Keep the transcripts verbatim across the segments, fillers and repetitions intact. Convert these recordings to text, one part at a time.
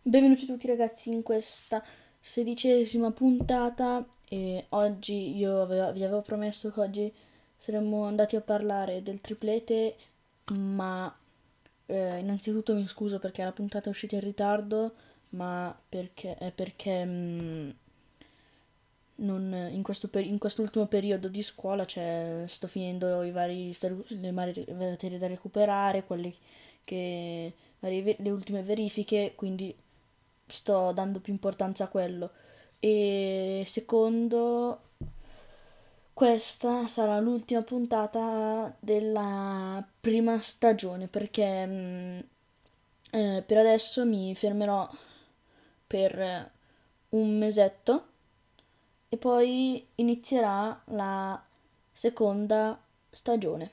Benvenuti tutti ragazzi in questa sedicesima puntata e oggi io avevo- vi avevo promesso che oggi saremmo andati a parlare del triplete, ma eh, innanzitutto mi scuso perché la puntata è uscita in ritardo, ma perché, è perché mm, non- in questo per- in quest'ultimo periodo di scuola, cioè, sto finendo i vari, le varie materie da recuperare, quelle che, varie ve- le ultime verifiche, quindi sto dando più importanza a quello. E secondo, questa sarà l'ultima puntata della prima stagione perché mm, eh, per adesso mi fermerò per un mesetto e poi inizierà la seconda stagione.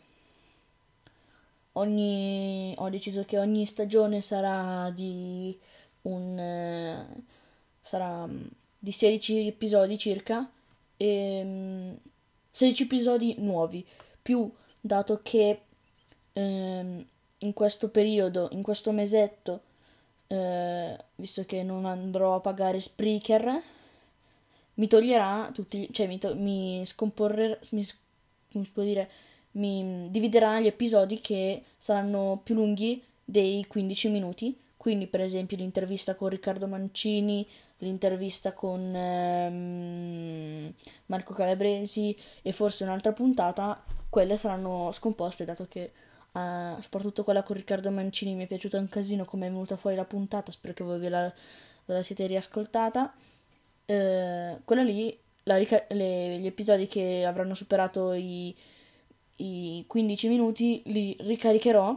Ogni, ho deciso che ogni stagione sarà di un eh, sarà mm, di sedici episodi circa e mm, sedici episodi nuovi, più dato che ehm, in questo periodo, in questo mesetto, eh, visto che non andrò a pagare Spreaker, mi toglierà tutti, cioè mi, to- mi scomporrerà, mi, s- come si può dire, mi dividerà gli episodi che saranno più lunghi dei quindici minuti. Quindi, per esempio, l'intervista con Riccardo Mancini, l'intervista con ehm, Marco Calabresi e forse un'altra puntata, quelle saranno scomposte, dato che eh, soprattutto quella con Riccardo Mancini mi è piaciuta un casino come è venuta fuori la puntata, spero che voi ve la, ve la siete riascoltata. Eh, quella lì, la rica- le- gli episodi che avranno superato i, i quindici minuti li ricaricherò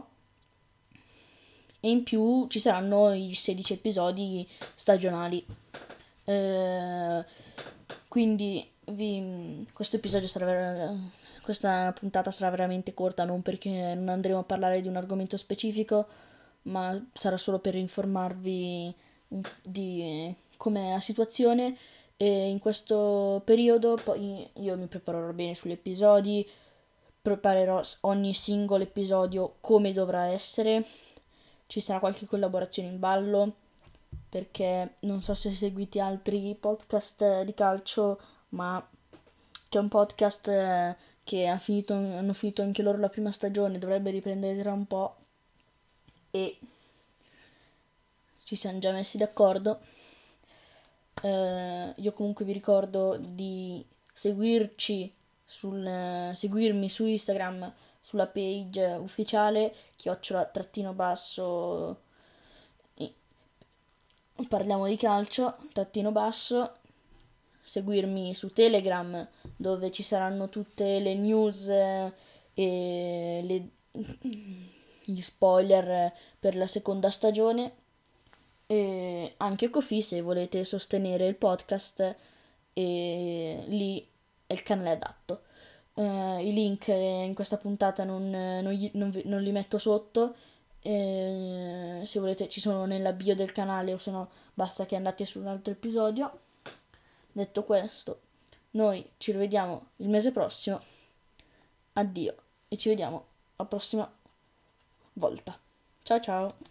e in più ci saranno i sedici episodi stagionali. Eh, quindi vi- questo episodio sarà ver- questa puntata sarà veramente corta, non perché non andremo a parlare di un argomento specifico, ma sarà solo per informarvi mm, di com'è la situazione e in questo periodo poi io mi preparerò bene sugli episodi, preparerò s- ogni singolo episodio come dovrà essere, ci sarà qualche collaborazione in ballo perché non so se seguite altri podcast eh, di calcio, ma c'è un podcast eh, che ha finito, hanno finito anche loro la prima stagione, dovrebbe riprendere tra un po' e ci siamo già messi d'accordo. Eh, io comunque vi ricordo di seguirci sul, eh, seguirmi su Instagram sulla page ufficiale chiocciola trattino basso i- parliamo di calcio trattino basso, seguirmi su Telegram dove ci saranno tutte le news eh, e le- gli spoiler per la seconda stagione e anche Ko-fi se volete sostenere il podcast e lì è il canale adatto. Eh, I link in questa puntata non, non gli- non vi- non li metto sotto, eh, se volete ci sono nella bio del canale o se no basta che andate su un altro episodio. Detto questo, noi ci rivediamo il mese prossimo. Addio e ci vediamo la prossima volta. Ciao ciao!